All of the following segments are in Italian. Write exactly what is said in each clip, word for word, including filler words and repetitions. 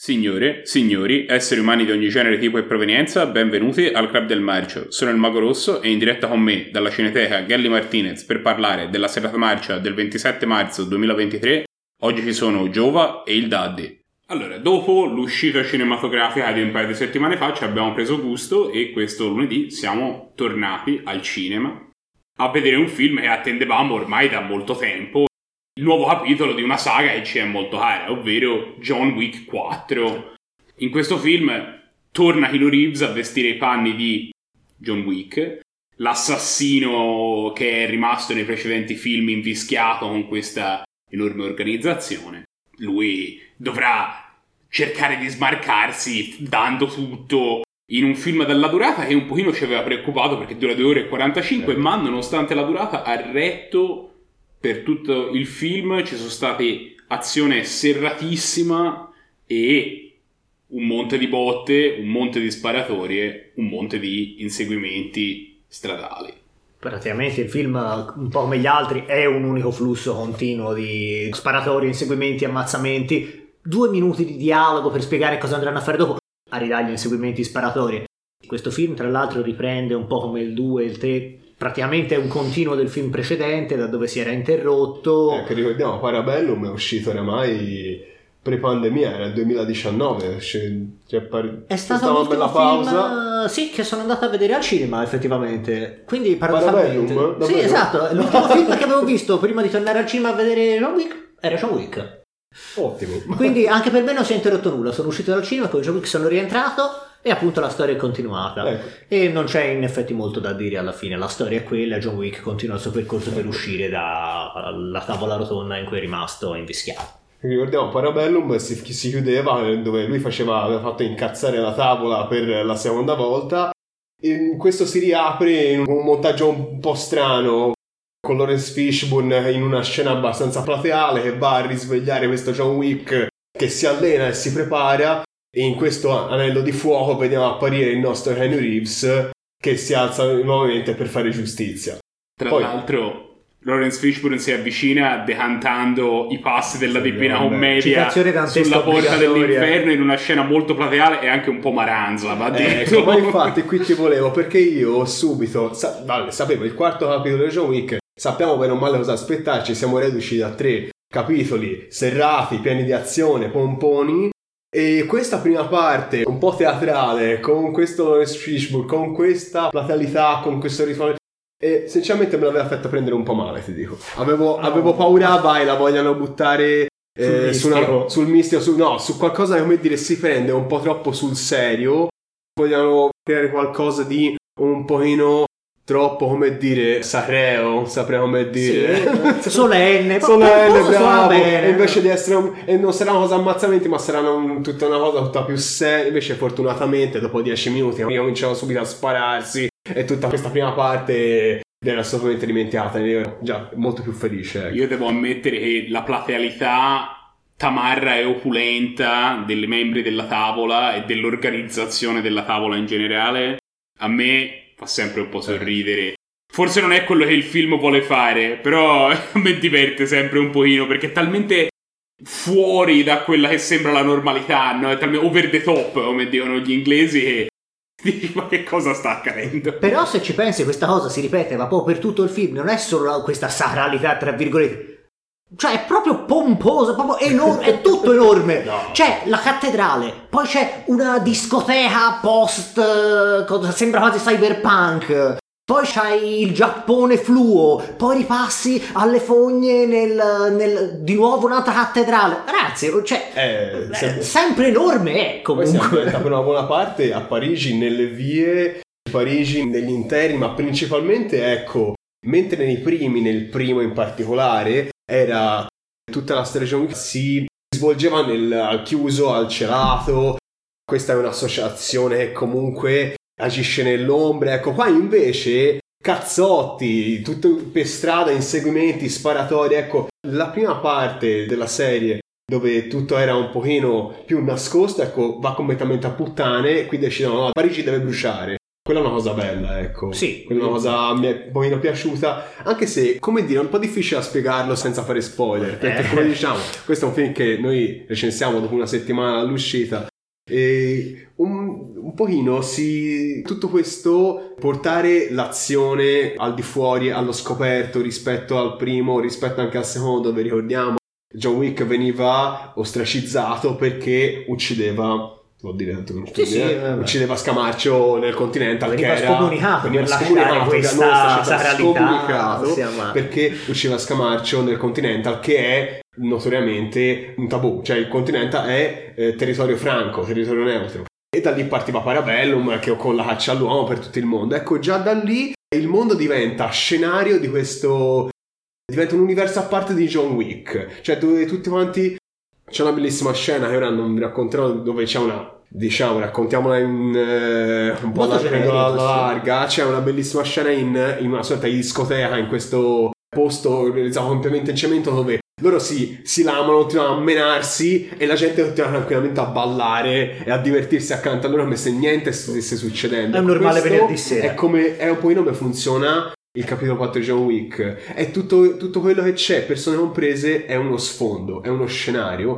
Signore, signori, esseri umani di ogni genere, tipo e provenienza, benvenuti al Club del Marcio. Sono il Mago Rosso e in diretta con me dalla Cineteca Gelli Martinez per parlare della serata marcia del ventisette marzo duemilaventitré. Oggi ci sono Giova e il Daddy. Allora, dopo l'uscita cinematografica di un paio di settimane fa ci abbiamo preso gusto e questo lunedì siamo tornati al cinema a vedere un film che attendevamo ormai da molto tempo. Il nuovo capitolo di una saga che ci è molto cara, ovvero John Wick quattro. In questo film torna Keanu Reeves a vestire i panni di John Wick, l'assassino che è rimasto nei precedenti film invischiato con questa enorme organizzazione. Lui dovrà cercare di smarcarsi dando tutto in un film dalla durata che un pochino ci aveva preoccupato perché dura due ore e quarantacinque, ma nonostante la durata ha retto. Per tutto il film ci sono state azione serratissima e un monte di botte, un monte di sparatorie, un monte di inseguimenti stradali. Praticamente il film, un po' come gli altri, è un unico flusso continuo di sparatorie, inseguimenti, ammazzamenti, due minuti di dialogo per spiegare cosa andranno a fare dopo, arrivare agli inseguimenti, sparatorie. Questo film tra l'altro riprende un po' come il due e il tre. Praticamente è un continuo del film precedente da dove si era interrotto. Eh, che ricordiamo, Parabellum è uscito oramai pre-pandemia, era il duemiladiciannove. Cioè, par- è stato l'ultimo film pausa. Sì, che sono andato a vedere al cinema effettivamente. Quindi paradossalmente Parabellum? Sì, esatto, l'ultimo film che avevo visto prima di tornare al cinema a vedere John Wick era John Wick. Ottimo. Quindi anche per me non si è interrotto nulla, sono uscito dal cinema, con John Wick sono rientrato e appunto la storia è continuata. Ecco. E non c'è in effetti molto da dire alla fine, la storia è quella, John Wick continua il suo percorso per uscire dalla tavola rotonda in cui è rimasto invischiato. Ricordiamo, Parabellum si, si chiudeva dove lui faceva, aveva fatto incazzare la tavola per la seconda volta e questo si riapre in un montaggio un po' strano con Lawrence Fishburne in una scena abbastanza plateale che va a risvegliare questo John Wick che si allena e si prepara. E in questo anello di fuoco vediamo apparire il nostro Keanu Reeves che si alza nuovamente per fare giustizia. Tra Poi, l'altro Lawrence Fishburne si avvicina decantando i passi della sì, Divina vabbè. Commedia sulla porta dell'inferno in una scena molto plateale e anche un po' maranza, va detto. Eh, ma infatti qui ti volevo, perché io subito sa- vale, sapevo il quarto capitolo di John Wick, sappiamo bene o male cosa aspettarci, siamo reduci da tre capitoli serrati, pieni di azione, pomponi. E questa prima parte un po' teatrale, con questo Lawrence Fishburne, con questa platealità, con questo rituale, e sinceramente me l'aveva fatto prendere un po' male, ti dico. Avevo, no. avevo paura, vai, la vogliano buttare eh, sul, su mistico. Una, sul mistico, su, no, su qualcosa che, come dire, si prende un po' troppo sul serio. Vogliono creare qualcosa di un pochino troppo, come dire, sacreo, saprei come dire, sì, solenne, solenne, bravo, bene. E invece di essere un, e non sarà una cosa ammazzamenti, ma sarà un, tutta una cosa tutta più seria. Invece fortunatamente dopo dieci minuti cominciano subito a spararsi e tutta questa prima parte era assolutamente dimenticata. Io già molto più felice, ecco. Io devo ammettere che la platealità tamarra e opulenta dei membri della tavola e dell'organizzazione della tavola in generale a me fa sempre un po' sorridere. Forse non è quello che il film vuole fare, però a me diverte sempre un pochino perché è talmente fuori da quella che sembra la normalità, no? È talmente over the top, come dicono gli inglesi, che dici ma che cosa sta accadendo? Però se ci pensi questa cosa si ripete ma poi per tutto il film, non è solo questa sacralità tra virgolette, cioè è proprio pomposo, proprio enorme, è tutto enorme. No. C'è la cattedrale, poi c'è una discoteca post, cosa sembra quasi cyberpunk, poi c'hai il Giappone fluo, poi ripassi alle fogne nel, nel di nuovo un'altra cattedrale. Ragazzi, cioè Eh, è sempre, sempre enorme, eh, poi si comunque. ambienta per una buona parte a Parigi, nelle vie di Parigi, negli interni, ma principalmente, ecco, mentre nei primi, nel primo in particolare, era tutta la stagione che si svolgeva nel al chiuso, al celato. Questa è un'associazione che comunque agisce nell'ombra. Ecco, qua invece cazzotti, tutto per strada, inseguimenti, sparatori. Ecco, la prima parte della serie dove tutto era un pochino più nascosto, ecco, va completamente a puttane. Qui decidono, no, Parigi deve bruciare. Quella è una cosa bella, ecco. Sì. Quella è una cosa mi è un po' piaciuta, anche se, come dire, è un po' difficile da spiegarlo senza fare spoiler, perché Eh. come diciamo, questo è un film che noi recensiamo dopo una settimana dall'uscita e un, un pochino si... tutto questo, portare l'azione al di fuori, allo scoperto rispetto al primo, rispetto anche al secondo, dove ricordiamo John Wick veniva ostracizzato perché uccideva... vuol dire tanto non Sì, sì, eh, vabbè. uccideva Scamarcio nel Continental, Veniva che era scomunicato veniva per lasciare scomunicato, questa non stava sacralità, scomunicato ossia, ma- perché uccideva Scamarcio nel Continental, che è notoriamente un tabù, cioè il Continental è eh, territorio franco, territorio neutro, e da lì partiva Parabellum, che con la caccia all'uomo per tutto il mondo. Ecco, già da lì il mondo diventa scenario di questo, diventa un universo a parte di John Wick, cioè dove tutti quanti... C'è una bellissima scena che ora non vi racconterò, dove c'è una, diciamo, raccontiamola in eh, un po' Molto la prendo alla generico, sì. larga. C'è una bellissima scena in, in una sorta di discoteca, in questo posto realizzato completamente in cemento, dove loro si, si lamano, continuano a menarsi e la gente continua tranquillamente a ballare e a divertirsi accanto a loro come se niente stesse succedendo. È un normale Questo venerdì sera. È, come, è un po' come funziona il capitolo quattro di John Wick. È tutto, tutto quello che c'è, persone comprese, è uno sfondo, è uno scenario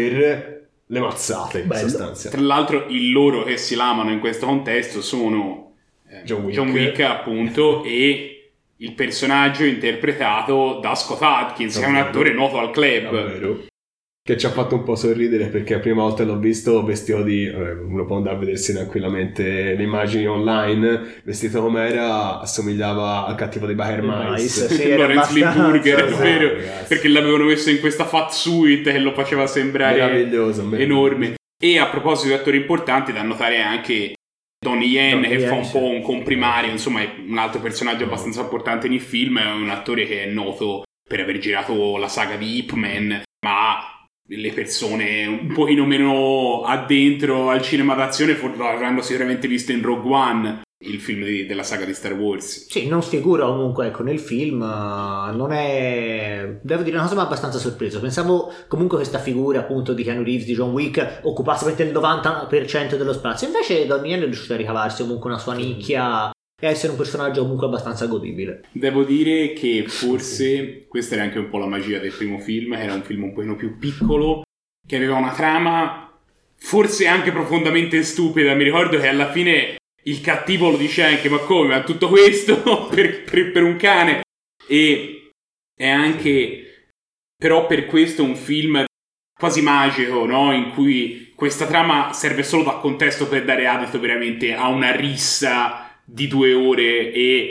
per le mazzate, in Bello. sostanza. Tra l'altro, il loro che si lamano in questo contesto sono eh, John Wick. John Wick, appunto, e il personaggio interpretato da Scott Adkins, che è un Davvero. attore noto al club. Davvero. Che ci ha fatto un po' sorridere, perché la prima volta l'ho visto vestito di... eh, uno può andare a vedersi tranquillamente le immagini online, vestito com'era assomigliava al cattivo dei Baker Mais, Mice. sì, era Lawrence Lee abbastanza, Burger, è sì. vero, Ragazzi. perché l'avevano messo in questa fat suit che lo faceva sembrare Meraviglioso, meraviglioso. enorme. E a proposito di attori importanti, da notare anche Donnie Yen, Donnie che Yen, fa un sì. po' un comprimario, insomma è un altro personaggio abbastanza importante nel film, è un attore che è noto per aver girato la saga di Ip Man, ma le persone un pochino meno addentro al cinema d'azione for- lo avranno sicuramente visto in Rogue One, il film di- della saga di Star Wars. Sì, non sfigura comunque, ecco, nel film eh, non è... devo dire una cosa, ma abbastanza sorpreso. Pensavo comunque questa figura appunto di Keanu Reeves, di John Wick, occupasse veramente il novanta per cento dello spazio. Invece Donnie Yen è riuscito a ricavarsi comunque una sua nicchia e a essere un personaggio comunque abbastanza godibile. Devo dire che forse questa era anche un po' la magia del primo film, che era un film un pochino più piccolo, che aveva una trama forse anche profondamente stupida. Mi ricordo che alla fine il cattivo lo dice anche: ma come, ma tutto questo per, per, per un cane? E è anche però per questo un film quasi magico, no? In cui questa trama serve solo da contesto per dare adito veramente a una rissa di due ore e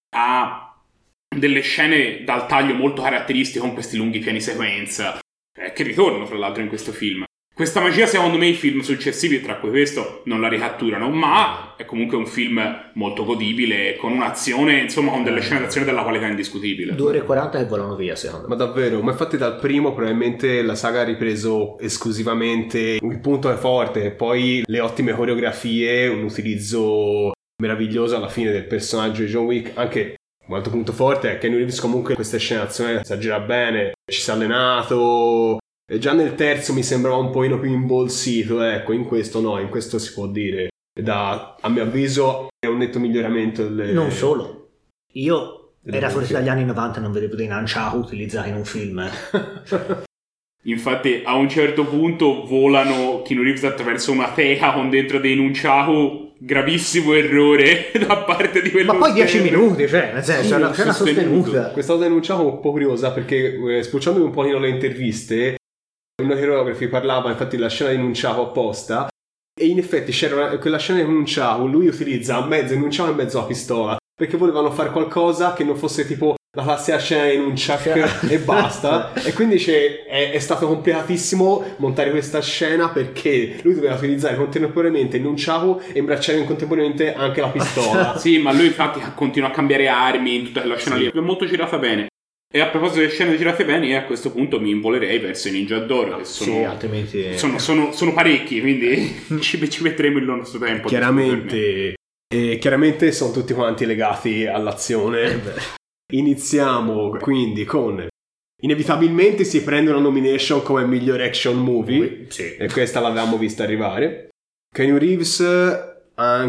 a delle scene dal taglio molto caratteristiche, con questi lunghi piani sequenza eh, che ritornano fra l'altro in questo film. Questa magia secondo me i film successivi, tra cui questo, non la ricatturano, ma è comunque un film molto godibile, con un'azione, insomma, con delle scene d'azione della qualità indiscutibile. due ore e quaranta che volano via, secondo me. Ma davvero, ma infatti dal primo probabilmente la saga ha ripreso esclusivamente il punto è forte, poi le ottime coreografie, un utilizzo meraviglioso alla fine del personaggio di John Wick. Anche un altro punto forte è che Keanu Reeves comunque queste scene d'azione sa girare bene, ci si è allenato, e già nel terzo mi sembrava un pochino più imbolsito, ecco, in questo no, in questo si può dire da, a mio avviso è un netto miglioramento delle... Non solo, io era forse Perché? dagli anni novanta non vedevo dei nunchaku utilizzati in un film. eh. Infatti a un certo punto volano Keanu Reeves attraverso una teca con dentro dei nunchaku, gravissimo errore da parte di quello Ma poi dieci stereo. minuti, cioè, nel senso, Sì, c'è una scena sostenuto. sostenuta. Questa cosa denunciavo un po' curiosa perché eh, spulciandomi un po' le interviste, uno dei coreografi parlava infatti della scena di Nunciaco apposta, e in effetti c'era una, quella scena di Nunciaco, lui utilizza mezzo Nunciaco e mezzo la pistola, perché volevano fare qualcosa che non fosse tipo la classica scena di Nunchak e basta, e quindi c'è, è, è stato complicatissimo montare questa scena perché lui doveva utilizzare contemporaneamente il Nunchaku e imbracciare contemporaneamente anche la pistola. Sì, ma lui infatti continua a cambiare armi in tutta quella scena Sì. lì, è molto girata bene. E a proposito delle scene girate bene, io a questo punto mi involerei verso i Ninja d'Oro, che sono, Sì, altrimenti... sono, sono, sono parecchi, quindi ci, ci metteremo il nostro tempo. Chiaramente, e chiaramente sono tutti quanti legati all'azione. Iniziamo quindi con inevitabilmente si prende una nomination come miglior action movie, Sì. e questa l'avevamo vista arrivare. Keanu Reeves anche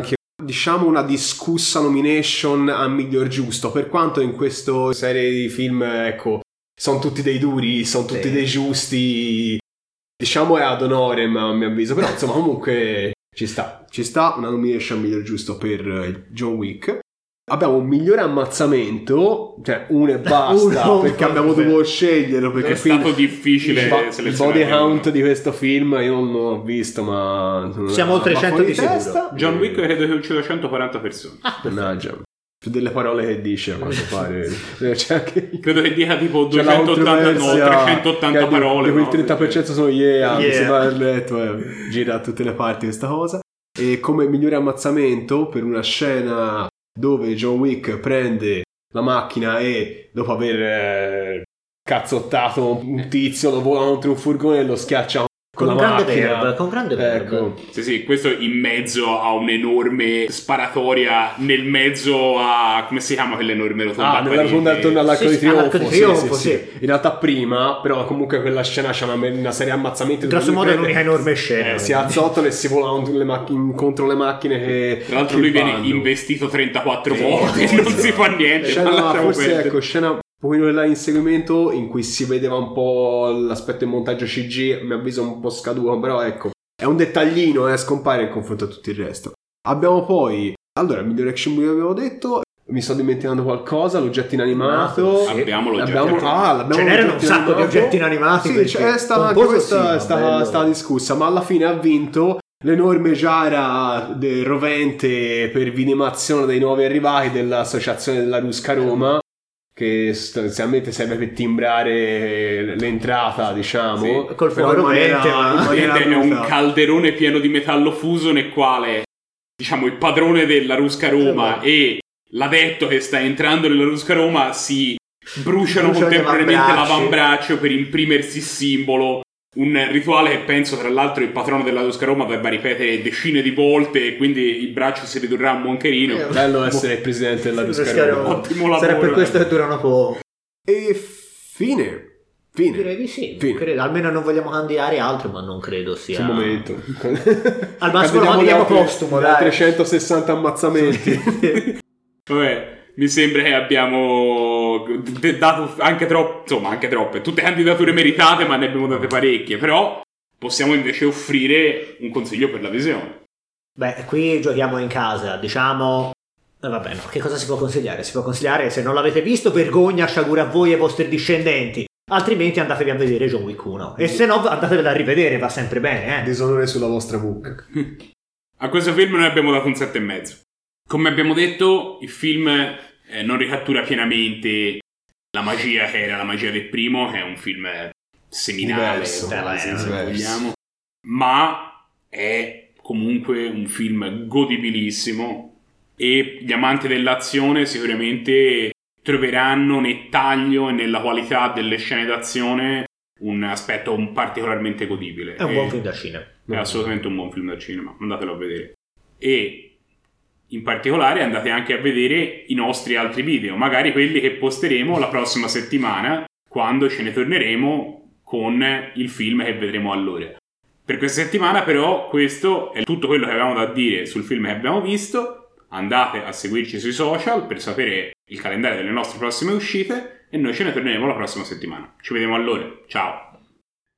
diciamo una discussa nomination a miglior giusto, per quanto in questa serie di film, ecco, sono tutti dei duri, sono tutti sì. dei giusti, diciamo è ad honorem a mio avviso, però insomma comunque ci sta, ci sta una nomination a miglior giusto per John Wick. Abbiamo un migliore ammazzamento, cioè uno e basta, uno, perché abbiamo dovuto sceglierlo, perché è stato difficile il, bo- il body count di questo film io non l'ho visto, ma siamo oltre cento di sicuro. John Wick credo che uccida centoquaranta persone. Ah, mannaggia, più delle parole che dice a quanto pare. Cioè, anche... credo che dica tipo duecentottanta, no, trecentottanta parole, di quel trenta per cento sono yeah, yeah. si va a letto, eh, gira da tutte le parti questa cosa. E come migliore ammazzamento per una scena dove John Wick prende la macchina e dopo aver eh, cazzottato un tizio lo vola contro un furgone e lo schiaccia con, con la grande macchina verb, con grande verb. Ecco. Sì, sì, questo in mezzo a un'enorme sparatoria nel mezzo a come si chiama quell'enorme rotonda? Ah, nella rotonda attorno all'Arco sì, di Trionfo, all'Arco di sì, Trionfo, sì, sì, sì. In realtà prima, però comunque quella scena c'è una, una serie di ammazzamenti. Grosso modo è l'unica enorme scena. Eh, si azzottono e si volano le macchine, contro le macchine che tra l'altro che lui vanno. viene investito trentaquattro volte e non si fa niente. Scena, forse perdere. Ecco, scena un pochino là inseguimento in cui si vedeva un po' l'aspetto del montaggio C G, a mio avviso un po' scaduto, però ecco, è un dettaglino, eh, scompare in confronto a tutto il resto. Abbiamo poi, allora, il miglior action movie avevo detto, mi sto dimenticando qualcosa, l'oggetto inanimato. Sì. Abbiamo l'oggetto abbiamo, ah, l'abbiamo ce n'erano un sacco di oggetti inanimati. Sì, cioè, è stata, anche questa è stata, stata discussa, ma alla fine ha vinto l'enorme giara del rovente per vidimazione dei nuovi arrivati dell'associazione della Rusca Roma, che sostanzialmente serve per timbrare l'entrata, diciamo, sì, col fuoco rovente, ma è un calderone pieno di metallo fuso nel quale, diciamo, il padrone della Rusca Roma e l'adetto che sta entrando nella Rusca Roma si bruciano contemporaneamente l'avambraccio per imprimersi il simbolo. Un rituale che penso tra l'altro il patrono della Rusca Roma debba ripetere decine di volte e quindi il braccio si ridurrà a un moncherino. È bello essere il presidente della Rusca Roma. Ottimo lavoro. Sarà per questo che durano poco. E fine. Fine. Direi di sì. Fine. Credo. Almeno non vogliamo candidare altro, ma non credo sia sul momento. Al massimo lo mandiamo postumo, dai. trecentosessanta ammazzamenti. Vabbè. Mi sembra che abbiamo dato anche troppo, insomma, anche troppe, tutte candidature meritate, ma ne abbiamo date parecchie. Però possiamo invece offrire un consiglio per la visione. Beh, qui giochiamo in casa, diciamo. Eh, vabbè, no, che cosa si può consigliare? Si può consigliare, se non l'avete visto, vergogna, sciagura a voi e ai vostri discendenti. Altrimenti andatevi a vedere John Wick uno. E se no, andatevela a rivedere, va sempre bene, eh. Disonore sulla vostra bocca. A questo film noi abbiamo dato un sette e mezzo. Come abbiamo detto, il film eh, non ricattura pienamente la magia che era la magia del primo, che è un film seminale, diverso, eh, se diverso. vogliamo, ma è comunque un film godibilissimo e gli amanti dell'azione sicuramente troveranno nel taglio e nella qualità delle scene d'azione un aspetto particolarmente godibile. È un buon film da cinema. È assolutamente un buon film da cinema, andatelo a vedere. E in particolare andate anche a vedere i nostri altri video, magari quelli che posteremo la prossima settimana, quando ce ne torneremo con il film che vedremo allora. Per questa settimana però questo è tutto quello che avevamo da dire sul film che abbiamo visto. Andate a seguirci sui social per sapere il calendario delle nostre prossime uscite e noi ce ne torneremo la prossima settimana. Ci vediamo allora, ciao!